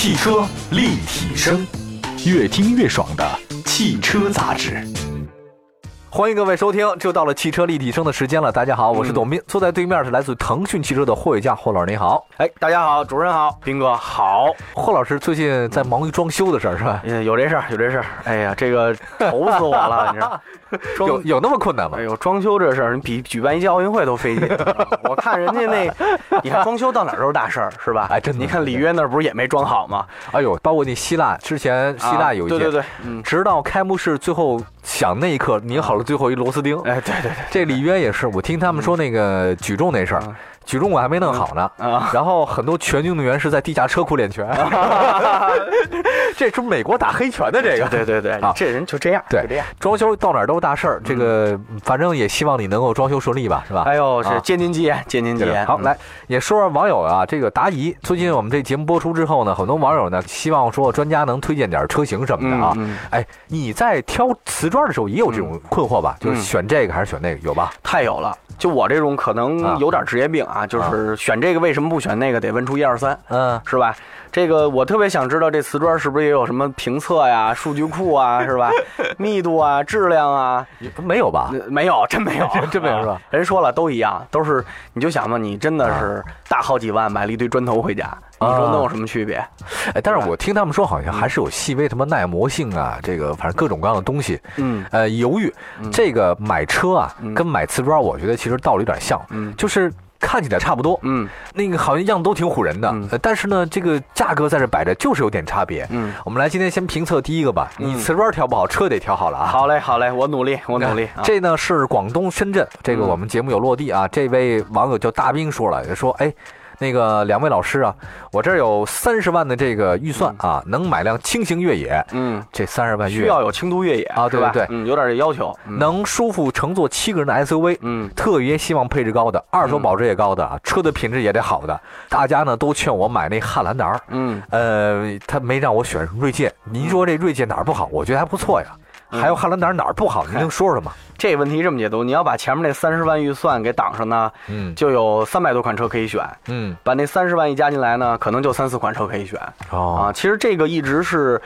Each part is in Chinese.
汽车立体声，越听越爽的汽车杂志。欢迎各位收听，就到了汽车立体声的时间了。大家好，我是董斌，坐在对面是来自腾讯汽车的霍伟驾，霍老师你好。 大家好，主持人好，斌哥好。 霍老师最近在忙于装修的事儿是吧？ 有这事儿。哎呀，这个愁死我了，你知道？ 有那么困难吗？ 哎呦，装修这事儿比举办一届奥运会都费劲。我看人家那，你看装修到哪儿都是大事儿，是吧？ 哎，真的。 你看里约那儿不是也没装好吗？ 哎呦，包括那希腊之前，希腊有一届， 对， 直到开幕式最后响那一刻，拧好了最后一螺丝钉。 哎，对， 这里约也是，我听他们说那个举重那事儿。举重我还没弄好呢，然后很多拳击运动员是在地下车库练拳，这是美国打黑拳的这个， 对，这人就这样， 对，装修到哪儿都是大事儿，这个反正也希望你能够装修顺利吧，是吧？ 哎呦，是肩经肌炎。 好，来也说说网友啊，这个答疑，最近我们这节目播出之后呢，很多网友呢希望说专家能推荐点车型什么的啊。哎，你在挑瓷砖的时候也有这种困惑吧？就是选这个还是选那个，有吧？ 太有了。就我这种可能有点职业病啊，就是选这个为什么不选那个，得问出1、2、3，是吧？这个我特别想知道，这瓷砖是不是也有什么评测呀、数据库啊，是吧？密度啊、质量啊， 没有吧？ 没有，真没有， 真没有是吧？ 人说了都一样，都是你就想吧，你真的是大好几万买了一堆砖头回家，你说能有什么区别？ 哎，但是我听他们说好像还是有细微什么耐磨性啊，这个反正各种各样的东西。犹豫，这个买车啊，跟买瓷砖，我觉得其实道理有点像，就是看起来差不多，那个好像样都挺唬人的，但是呢，这个价格在这摆着就是有点差别。我们来今天先评测第一个吧，你瓷砖挑不好，车得挑好了啊。 好嘞，我努力。 这呢是广东深圳，这个我们节目有落地啊。这位网友叫大兵说了，说哎。那个两位老师啊，我这儿有30万的这个预算啊，能买辆轻型越野。这30万需要有轻度越野啊，对吧？对， 有点这要求。 能舒服乘坐7个人的 SUV。特别希望配置高的，二手保值也高的啊，车的品质也得好的。大家呢都劝我买那汉兰达。他没让我选锐界。您说这锐界哪儿不好？我觉得还不错呀。还有汉兰达哪儿不好？您能说说吗？ 这问题这么解读，你要把前面那30万预算给挡上呢，就有300多款车可以选。把那30万一加进来呢，可能就3、4款车可以选。其实这个一直是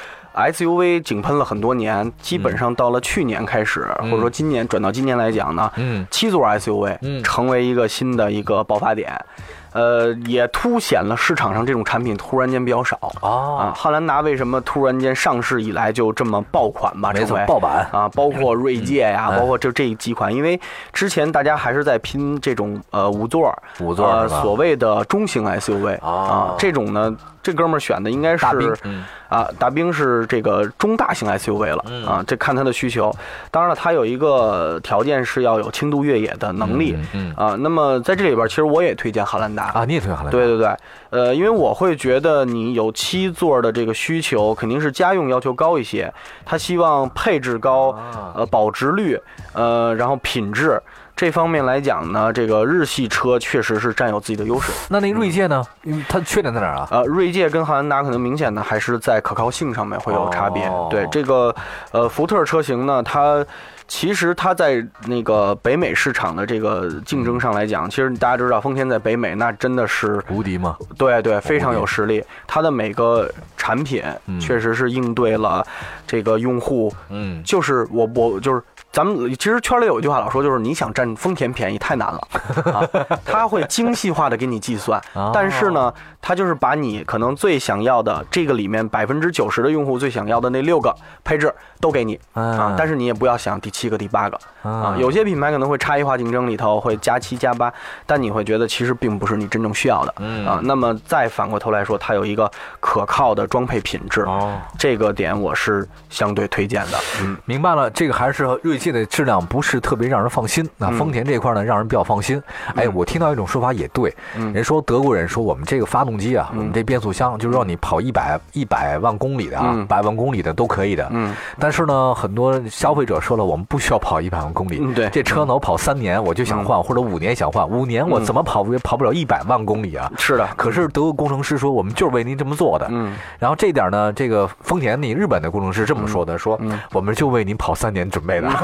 SUV 井喷了很多年，基本上到了去年开始，或者说今年转到今年来讲呢，7座 SUV 成为一个新的一个爆发点。也凸显了市场上这种产品突然间比较少汉兰达为什么突然间上市以来就这么爆款吧？ 没错，爆版啊，包括锐界呀，包括这几款，因为之前大家还是在拼这种5座所谓的中型 SUV 这种呢，这哥们儿选的应该是大兵是这个中大型 SUV 了这看他的需求。当然了，他有一个条件是要有轻度越野的能力那么在这里边，其实我也推荐汉兰达你也推荐汉兰达？ 对，因为我会觉得你有7座的这个需求，肯定是家用要求高一些，他希望配置高，保值率，然后品质。这方面来讲呢，这个日系车确实是占有自己的优势。 那锐界呢？它缺点在哪儿啊？ 锐界跟汉兰达可能明显的还是在可靠性上面会有差别。对这个福特车型呢，其实它在那个北美市场的这个竞争上来讲，其实大家知道丰田在北美那真的是无敌吗？ 对，非常有实力。它的每个产品确实是应对了这个用户，就是我就是咱们其实圈里有一句话老说，就是你想占丰田便宜太难了它会精细化的给你计算，但是呢，它就是把你可能最想要的这个里面90%的用户最想要的那6个配置都给你但是你也不要想第7个、第8个有些品牌可能会差异化竞争里头会加7、加8，但你会觉得其实并不是你真正需要的那么再反过头来说，它有一个可靠的装配品质这个点我是相对推荐的。 明白了，这个还是锐界的质量不是特别让人放心。那丰田这块呢，让人比较放心。我听到一种说法也对，人说德国人说我们这个发动机啊，我们这变速箱就是让你跑100万公里的100万公里的都可以的。但是呢，很多消费者说了，我们不需要跑100万公里。 对， 这车呢，我跑3年我就想换，或者5年想换，5年我怎么跑也跑不了100万公里啊？ 是的。 可是德国工程师说，我们就是为您这么做的。然后这点呢，这个丰田日本的工程师这么说的，说我们就为您跑3年准备的。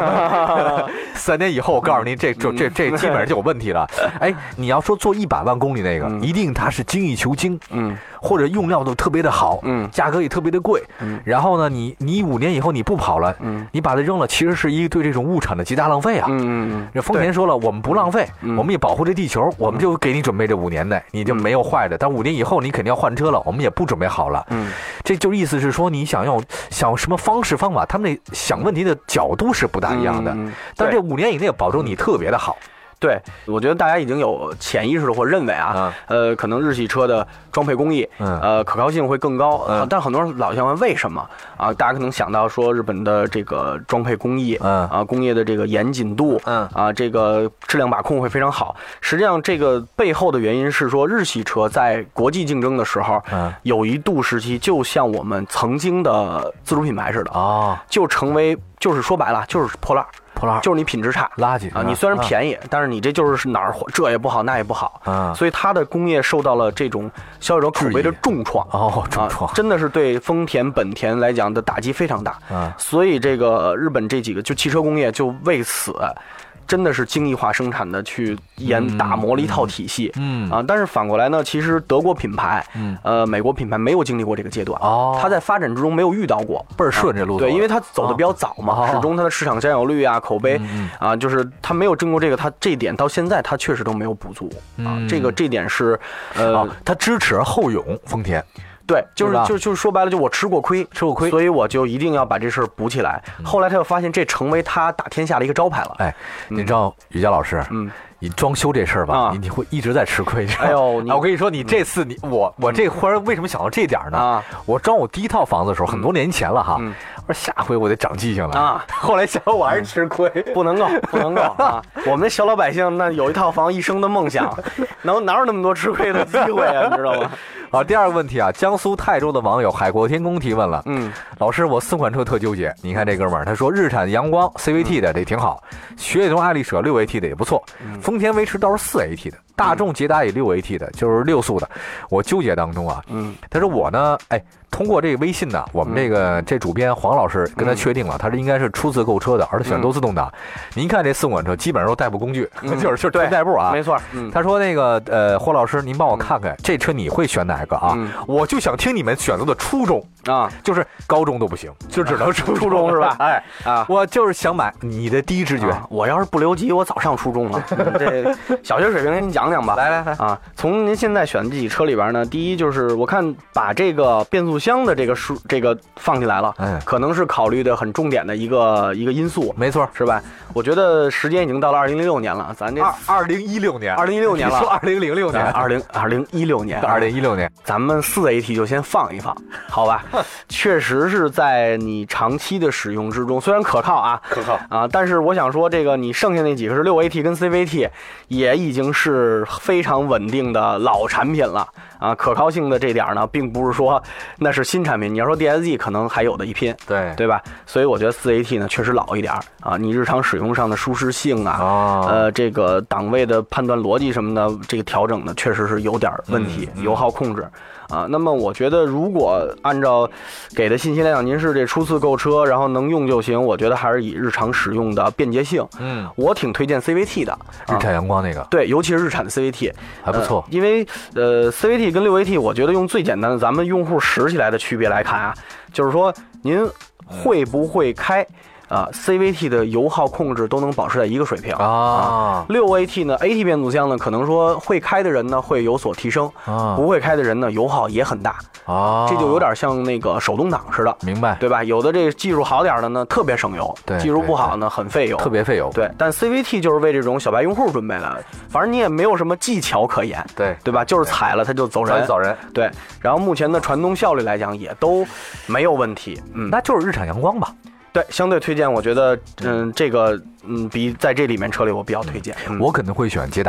3年以后我告诉你，这基本上就有问题了。哎，你要说做100万公里那个，一定它是精益求精，或者用料都特别的好，价格也特别的贵，然后呢，你5年以后你不跑了，你把它扔了，其实是一个对这种物产的极大浪费啊。这丰田说了，我们不浪费，我们也保护这地球，我们就给你准备这5年内你就没有坏的，但5年以后你肯定要换车了，我们也不准备好了。这就意思是说你想什么方式方法，他们那想问题的角度是不大一样的，但这5年以内保证你特别的好。 对，我觉得大家已经有潜意识的或认为啊，可能日系车的装配工艺，可靠性会更高，但很多人老想问为什么啊？大家可能想到说日本的这个装配工艺，工业的这个严谨度，这个质量把控会非常好。实际上，这个背后的原因是说，日系车在国际竞争的时候，有一度时期，就像我们曾经的自主品牌似的就成为就是说白了就是破烂。就是你品质差， 垃圾啊！你虽然便宜，但是你这就是哪儿这也不好，那也不好，所以它的工业受到了这种消费者口碑的重创重创， 真的是对丰田、本田来讲的打击非常大。所以这个日本这几个就汽车工业就为此。真的是精益化生产的去打磨了一套体系，但是反过来呢，其实德国品牌，美国品牌没有经历过这个阶段，它在发展之中没有遇到过， 倍儿顺这路， 对，因为它走的比较早嘛，始终它的市场占有率啊、口碑就是它没有经过这个，它这一点到现在它确实都没有补足这点是它知耻而后勇，丰田。 对，就是说白了，就我吃过亏，所以我就一定要把这事儿补起来。后来他又发现这成为他打天下的一个招牌了。 哎，你知道于佳老师，你装修这事儿吧，你会一直在吃亏。 哎呦， 我跟你说，你这次我这忽然为什么想到这点呢？我装我第一套房子的时候，很多年前了哈。我说下回我得长记性了后来想我还是吃亏， 不能够啊！我们小老百姓那有一套房，一生的梦想，哪有那么多吃亏的机会啊？你知道吗？ 好，第二个问题啊，江苏泰州的网友海阔天空提问了，老师，我4款车特纠结。你看这哥们儿，他说日产阳光 CVT 的这挺好，雪铁龙爱丽舍6AT 的也不错，丰田威驰倒是4AT 的，大众捷达也6AT 的，就是6速的。我纠结当中啊，他说我呢，通过这个微信呢，我们这主编黄老师跟他确定了，他是应该是初次购车的，而且选都自动挡。您看这4款车基本上都代步工具，就是纯代步啊， 没错。 他说那个黄老师，您帮我看看这车你会选哪个啊？我就想听你们选择的初中啊，就是高中都不行，就只能初中是吧？我就是想买你的第一直觉。 我要是不留级，我早上初中了。这小学水平给你讲讲吧。 来啊，从您现在选的这几车里边呢，第一就是我看把这个变速箱的这个放进来了，可能是考虑的很重点的一个因素， 没错， 是吧？我觉得时间已经到了2006年了，咱这 2016年了， 你说 2006年 ，2016年，咱们4AT 就先放一放，好吧？确实是在你长期的使用之中，虽然可靠啊，但是我想说，这个你剩下那几个是6AT跟 CVT， 也已经是非常稳定的老产品了啊，可靠性的这点呢，并不是说那是新产品，你要说 DSG 可能还有的一拼，对吧？所以我觉得4AT 呢确实老一点啊，你日常使用上的舒适性啊，这个档位的判断逻辑什么的，这个调整呢确实是有点问题，油耗控制。那么我觉得如果按照给的信息来讲，您是这初次购车，然后能用就行，我觉得还是以日常使用的便捷性，我挺推荐 CVT 的， 日产阳光那个， 对，尤其是日产的 CVT 还不错， 因为CVT 跟6AT，我觉得用最简单的咱们用户使起来的区别来看啊，就是说您会不会开。CVT 的油耗控制都能保持在一个水平6AT 呢 AT 变速箱呢，可能说会开的人呢会有所提升，不会开的人呢油耗也很大这就有点像那个手动挡似的， 明白对吧？有的这技术好点的呢特别省油，技术不好呢很费油， 特别费油。 对，但 CVT 就是为这种小白用户准备的，反正你也没有什么技巧可言，对吧？就是踩了它就走人，对。然后目前的传动效率来讲也都没有问题， 那就是日产阳光吧。 对，相对推荐，我觉得，这个，比在这里面车里我比较推荐。 我可能会选捷达。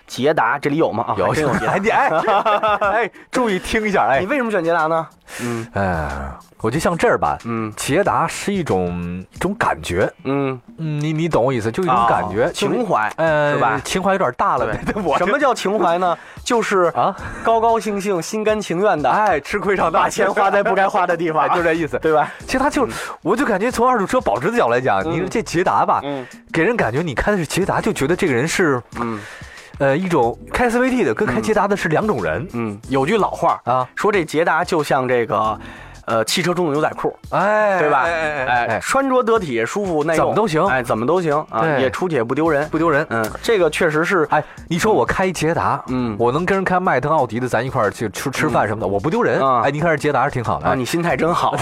捷达这里有吗？啊， 有， 真有捷达。 哎，注意听一下，哎， 你为什么选捷达呢？ 我就像这儿吧，捷达是一种感觉，你懂我意思，就一种感觉， 情怀，是吧？ 情怀有点大了。 对，什么叫情怀呢？就是高高兴兴、心甘情愿的， 哎，吃亏上当， 把钱花在不该花的地方， 就这意思， 对吧？ 其实它就，我就感觉从二手车保值的角度来讲，你说这捷达吧，给人感觉你开的是捷达，就觉得这个人是，一种开 CVT 的跟开捷达的是两种人。 有句老话啊，说这捷达就像这个。汽车中的牛仔裤， 哎， 对吧？哎，穿着得体、舒服、耐用， 怎么都行， 哎，怎么都行啊，也出去也不丢人， 不丢人。 这个确实是。 哎，你说我开捷达，我能跟人开迈腾、奥迪的，咱一块儿去吃饭什么的，我不丢人。哎，你看这捷达是挺好的啊，你心态真好。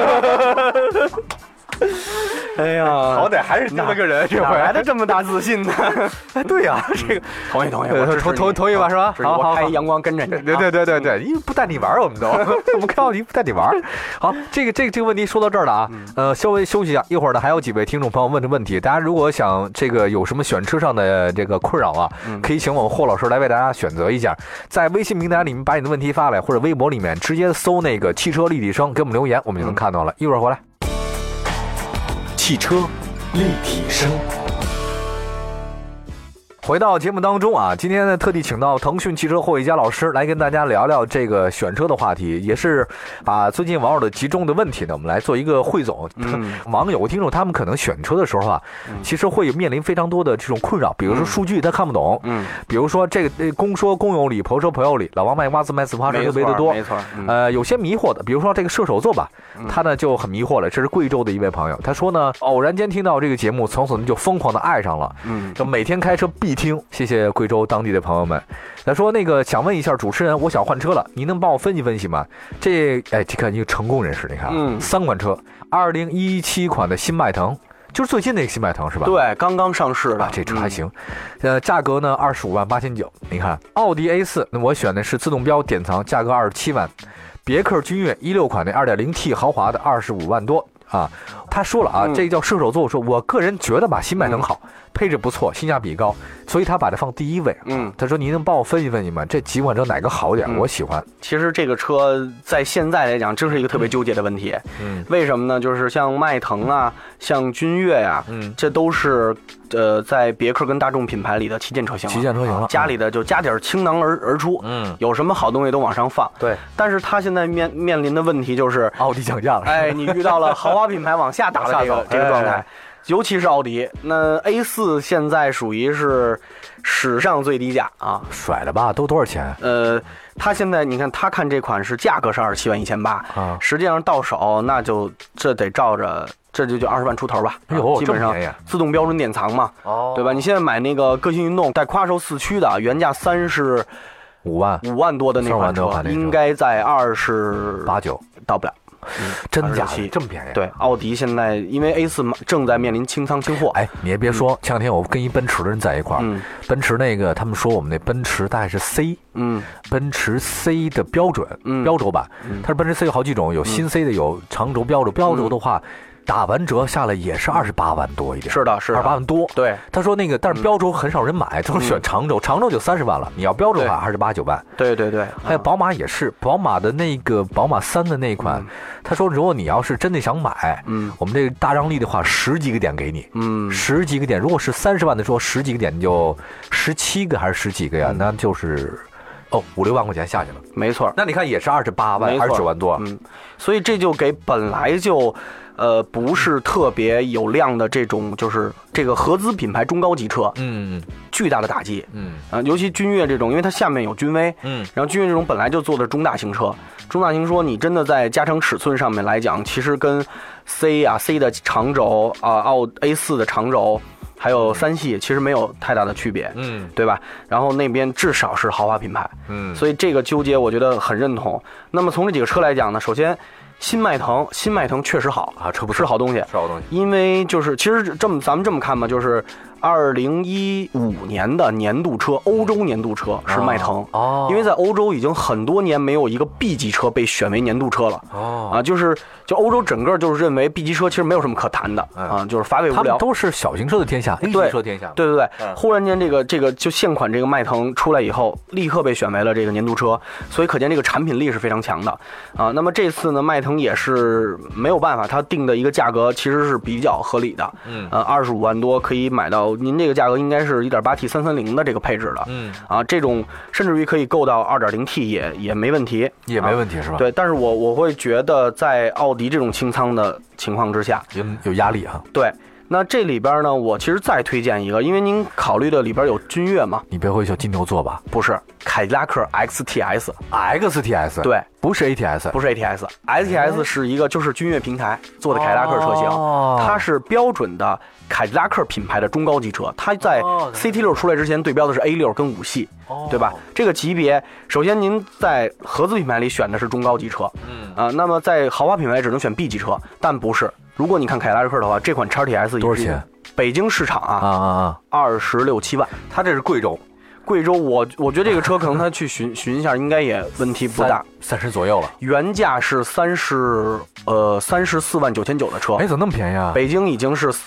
哎呀， 好歹还是丢了个人， 哪来的这么大自信呢？ 哎，对呀，这个同意， 同意吧，是吧？ 好，我开阳光跟着你。 对，因为不带你玩，我们都我们开奥迪不带你玩。好，这个问题说到这儿了啊，稍微休息一下，一会儿呢还有几位听众朋友问的问题，大家如果想这个有什么选车上的这个困扰啊，可以请我们霍老师来为大家选择一下，在微信平台里面把你的问题发来，或者微博里面直接搜那个汽车立体声给我们留言，我们就能看到了。一会儿回来。汽车立体声，回到节目当中啊，今天呢特地请到腾讯汽车霍一家老师来跟大家聊聊这个选车的话题，也是把最近网友的集中的问题呢，我们来做一个汇总。网友听众他们可能选车的时候啊，其实会面临非常多的这种困扰，比如说数据他看不懂，比如说这个公说公有理，婆说婆有理，老王卖瓜自卖自夸，特别的多， 没错。 有些迷惑的，比如说这个射手座吧，他呢就很迷惑了。这是贵州的一位朋友，他说呢，偶然间听到这个节目，从此就疯狂的爱上了，就每天开车必听。谢谢贵州当地的朋友们。他说那个想问一下主持人，我想换车了，您能帮我分析分析吗？这看一个成功人士，你看3款车，2017款的新迈腾。就是最近那个新迈腾是吧？ 对，刚刚上市的， 这车还行。价格呢258900，你看奥迪 A4，那我选的是自动标典藏，价格27万。别克君越16款的 2.0T 豪华的25万多啊。他说了啊，这叫射手座，说我个人觉得吧，新迈腾好，配置不错，性价比高，所以他把它放第一位。他说您能帮我分析分析吗？这几款车哪个好点？我喜欢。 其实这个车在现在来讲，真是一个特别纠结的问题。为什么呢？就是像迈腾啊，像君越呀，这都是在别克跟大众品牌里的旗舰车型了。家里的就家底儿倾囊而出。有什么好东西都往上放。 对。 但是他现在面临的问题就是奥迪降价了。 哎，你遇到了豪华品牌往下打的这个状态。尤其是奥迪，那 A4 现在属于是史上最低价啊， 甩了吧？都多少钱？ 他现在你看，他看这款是价格是271800啊，实际上到手那就这得照着，这就20万出头吧。基本上自动标准典藏嘛，对吧？你现在买那个个性运动带夸手4驱的，原价35万多的那款车，应该在28.9到不了。 真假的这么便宜？ 对，奥迪现在因为 A4 正在面临清仓清货。 哎，你也别说，前两天我跟一奔驰的人在一块儿，奔驰那个他们说我们那奔驰大概是 C，奔驰 C 的标准标轴版，它是奔驰 C 有好几种，有新 C 的，有长轴标轴，标轴的话。打完折下来也是28万多一点， 是的 ，28万多。 对， 他说那个，但是标轴很少人买，都是选长轴，长轴就30万了。你要标轴的话，还是8、9万。 对。 还有宝马也是，宝马的那个宝马3的那一款，他说如果你要是真的想买，我们这个大让利的话，10几个点给你，10几个点。如果是30万的说10几个点，你就17个还是10几个呀？那就是5、6万块钱下去了。 没错， 那你看也是28万、29万多。 所以这就给本来就。不是特别有量的这种，就是这个合资品牌中高级车，巨大的打击，尤其君越这种，因为它下面有君威，然后君越这种本来就做的中大型车，你真的在加长尺寸上面来讲，其实跟 C 的长轴奥 A4 的长轴。还有3系其实没有太大的区别，对吧？然后那边至少是豪华品牌，所以这个纠结我觉得很认同。那么从这几个车来讲呢，首先新迈腾确实好啊，车不是好东西， 是好东西。 因为就是其实咱们这么看吧，就是 2015年的年度车，欧洲年度车是迈腾因为在欧洲已经很多年没有一个 B 级车被选为年度车了就欧洲整个就是认为 B 级车其实没有什么可谈的就是乏味无聊， 他们都是小型车的天下 ，A 级车天下。 对，忽然间这个就现款这个迈腾出来以后，立刻被选为了这个年度车，所以可见这个产品力是非常强的那么这次呢，迈腾也是没有办法，它定的一个价格其实是比较合理的，25万多可以买到您这个价格应该是 1.8T 330的这个配置的这种甚至于可以够到 2.0T 也没问题， 也没问题是吧？ 对，但是我会觉得在奥迪这种清仓的情况之下有压力对。那这里边呢，我其实再推荐一个，因为您考虑的里边有君越嘛， 你别会叫金牛座吧？ 不是，凯迪拉克 XTS， 对，不是 ATS， 不是 ATS，STS 是一个就是君越平台做的凯迪拉克车型，它是标准的凯迪拉克品牌的中高级车，它在 CT6 出来之前对标的是 A6 跟5系，对吧？这个级别，首先您在合资品牌里选的是中高级车，那么在豪华品牌只能选 B 级车，但不是。如果你看凯迪拉克的话，这款 XTS 多少钱？ 北京市场26、7万。 它这是贵州， 我觉得这个车可能它去询一下，应该也问题不大 ，30左右了。 原价是34万9,900的车， 怎么那么便宜啊？ 北京已经是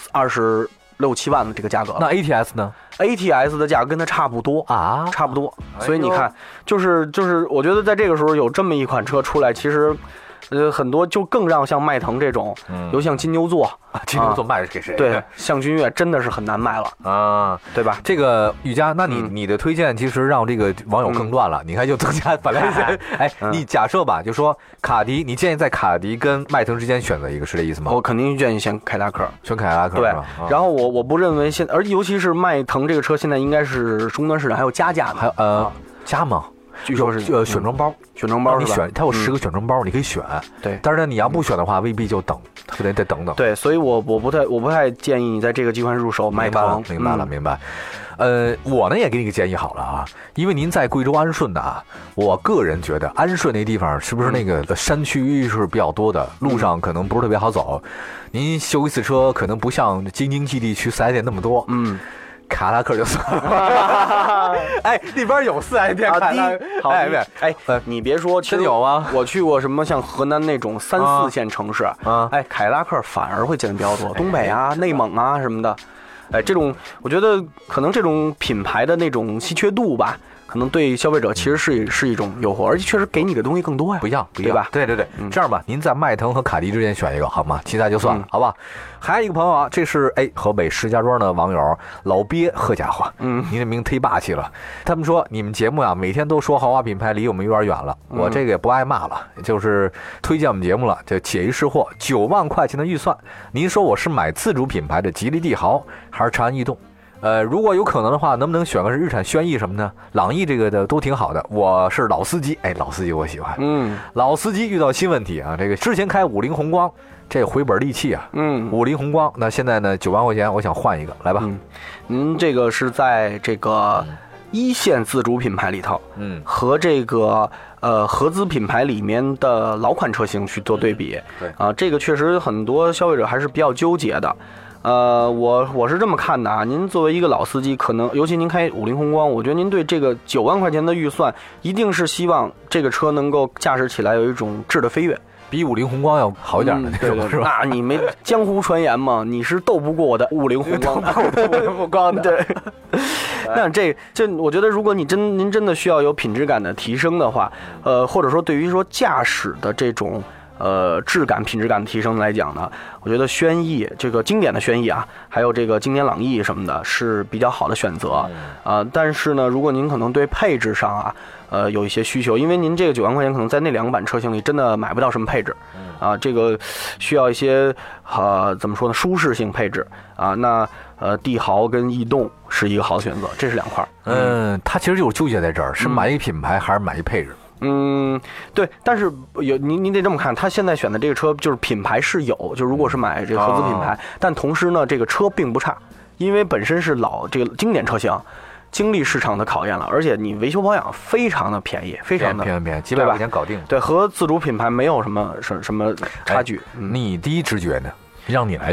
26、7万的这个价格了。 那 ATS 呢 ？ATS 的价格跟它差不多差不多。所以你看，就是我觉得在这个时候有这么一款车出来，其实。很多就更让像迈腾这种，尤其像金牛座， 金牛座卖给谁？ 对，像君越真的是很难卖了对吧？ 这个雨佳，那你的推荐其实让这个网友更乱了。你看，就增加本来你假设吧，就说卡迪，你建议在卡迪跟迈腾之间选择一个，是这意思吗？ 我肯定建议选凯迪拉克， 对。 然后我不认为而尤其是迈腾这个车现在应该是终端市场还有加价的， 还有加吗？ 据说是选装包你选，它有10个选装包，你可以选。 对， 但是呢，你要不选的话，未必就得等等。 对，所以我不太建议你在这个机款入手迈腾。 明白。我呢也给你个建议好了啊，因为您在贵州安顺的我个人觉得安顺那地方是不是那个山区是比较多的，路上可能不是特别好走，您修一次车可能不像京津冀地区4S店那么多。凯迪拉克就算了，那边有4S店。你别说， 真有吗？ 我去过什么像河南那种3、4线城市，凯迪拉克反而会见的比较多，东北内蒙什么的，这种我觉得可能这种品牌的那种稀缺度吧。可能对消费者其实是一种诱惑，而且确实给你的东西更多呀， 不一样， 对吧？ 对，这样吧，您在迈腾和卡迪之间选一个好吗？其他就算了，好吧？还有一个朋友这是河北石家庄的网友老鳖，呵家伙，您的名忒霸气了。他们说你们节目每天都说豪华品牌离我们有点远了，我这个也不挨骂了，就是推荐我们节目了，就解疑释惑，9万块钱的预算，您说我是买自主品牌的吉利帝豪还是长安逸动？如果有可能的话，能不能选个是日产轩逸什么的？朗逸这个的都挺好的。我是老司机，老司机我喜欢。老司机遇到新问题这个之前开50宏光，这回本利器50宏光，那现在呢9万块钱，我想换一个，来吧。 您这个是在这个一线自主品牌里头，和这个合资品牌里面的老款车型去做对比。 对这个确实很多消费者还是比较纠结的。我是这么看的您作为一个老司机，可能尤其您开50宏光，我觉得您对这个9万块钱的预算，一定是希望这个车能够驾驶起来有一种质的飞跃， 比50宏光要好一点的那种，是吧？ 那你没江湖传言嘛，你是斗不过我的50宏光的，50宏光的。对。那这我觉得，如果您真的需要有品质感的提升的话，或者说对于说驾驶的这种质感、品质感的提升来讲呢，我觉得轩逸这个经典的轩逸还有这个经典朗逸什么的是比较好的选择但是呢，如果您可能对配置上有一些需求，因为您这个9万块钱可能在那2个版车型里真的买不到什么配置这个需要一些怎么说呢，舒适性配置那帝豪跟逸动是一个好的选择，这是2块。 它其实就是纠结在这儿，是买一品牌还是买一配置。 对，但是您得这么看，他现在选的这个车就是品牌是有，就如果是买这个合资品牌，但同时呢，这个车并不差，因为本身是这个经典车型，经历市场的考验了，而且你维修保养非常的便宜，非常的便宜，几百块钱搞定。 对，和自主品牌没有什么差距。 你第一直觉呢，让你来选，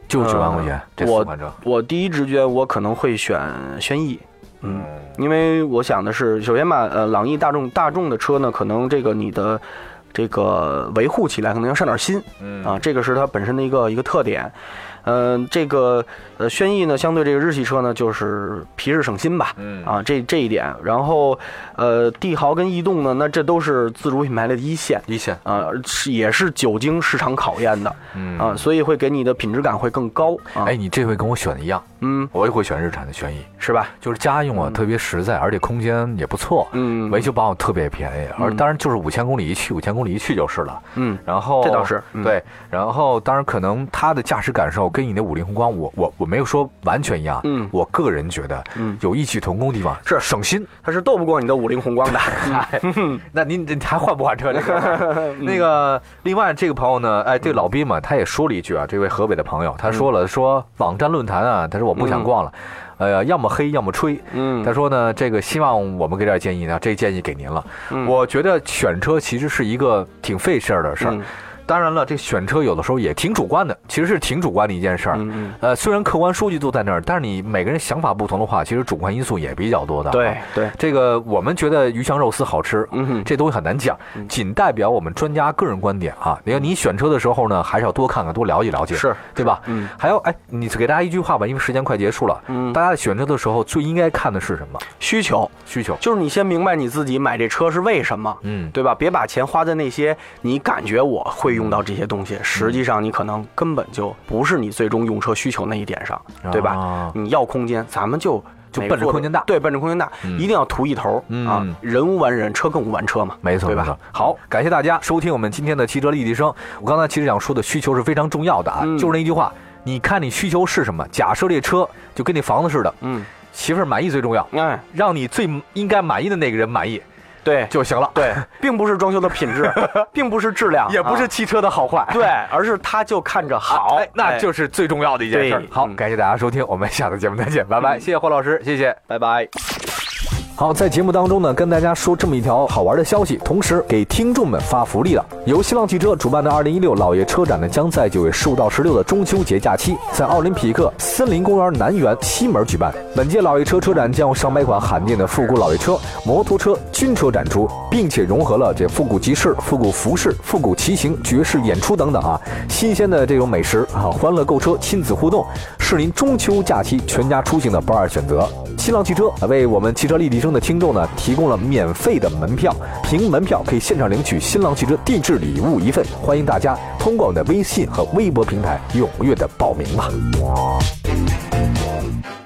就9万块钱，这4款车。 我第一直觉我可能会选轩逸。因为我想的是，首先吧，朗逸大众的车呢，可能这个你的这个维护起来可能要上点心，这个是它本身的一个特点。这个轩逸呢，相对这个日系车呢，就是皮实省心吧，这一点。然后帝豪跟逸动呢，那这都是自主品牌的一线也是久经市场考验的，所以会给你的品质感会更高。 哎，你这回跟我选的一样，我也会选日产的轩逸， 是吧？ 就是家用啊，特别实在，而且空间也不错，维修保养特别便宜，而当然就是5000公里一去，5000公里一去就是了，然后这倒是对，然后当然可能它的驾驶感受跟你的50宏光，我没有说完全一样，我个人觉得有异曲同工的地方， 是省心， 它是斗不过你的50宏光的。 那您还换不换车？那个，另外这个朋友呢，哎，这个老兵嘛，他也说了一句啊，这位河北的朋友，他说了，说网站论坛啊，他说我不想逛了。要么黑要么吹。他说呢，这个希望我们给点建议呢，这建议给您了。我觉得选车其实是一个挺费事儿的事儿。当然了，这选车有的时候也挺主观的，其实是挺主观的一件事儿。虽然客观数据都在那儿，但是你每个人想法不同的话，其实主观因素也比较多的。 对， 这个我们觉得鱼香肉丝好吃，这东西很难讲，仅代表我们专家个人观点啊。你看你选车的时候呢，还是要多看看，多了解了解， 是对吧？还有，哎，你给大家一句话吧，因为时间快结束了。大家在选车的时候最应该看的是什么？需求， 就是你先明白你自己买这车是为什么，对吧？别把钱花在那些你感觉我会用到这些东西，实际上你可能根本就不是你最终用车需求那一点上，对吧？你要空间，咱们就奔着空间大， 对，奔着空间大，一定要图一头啊！人无完人，车更无完车嘛， 没错， 对吧？ 好，感谢大家收听我们今天的汽车立体声。我刚才其实想说的需求是非常重要的啊，就是那一句话，你看你需求是什么？假设这车就跟那房子似的，媳妇儿满意最重要，让你最应该满意的那个人满意。 对就行了， 对，并不是装修的品质，并不是质量， 也不是汽车的好坏， 对，而是它就看着好， 那就是最重要的一件事。好，感谢大家收听，我们下次节目再见，拜拜，谢谢霍老师，谢谢， 拜拜。 好，在节目当中呢，跟大家说这么一条好玩的消息，同时给听众们发福利了。由新浪汽车主办的2016老爷车展呢，将在9月15到16的中秋节假期，在奥林匹克森林公园南园西门举办。本届老爷车车展将有上百款罕见的复古老爷车、摩托车、军车展出，并且融合了这复古集市、复古服饰、复古骑行、爵士演出等等啊，新鲜的这种美食啊，欢乐购车、亲子互动，是您中秋假期全家出行的不二选择。新浪汽车为我们汽车立体声的听众呢提供了免费的门票，凭门票可以现场领取新浪汽车定制礼物1份，欢迎大家通过我们的微信和微博平台踊跃的报名吧。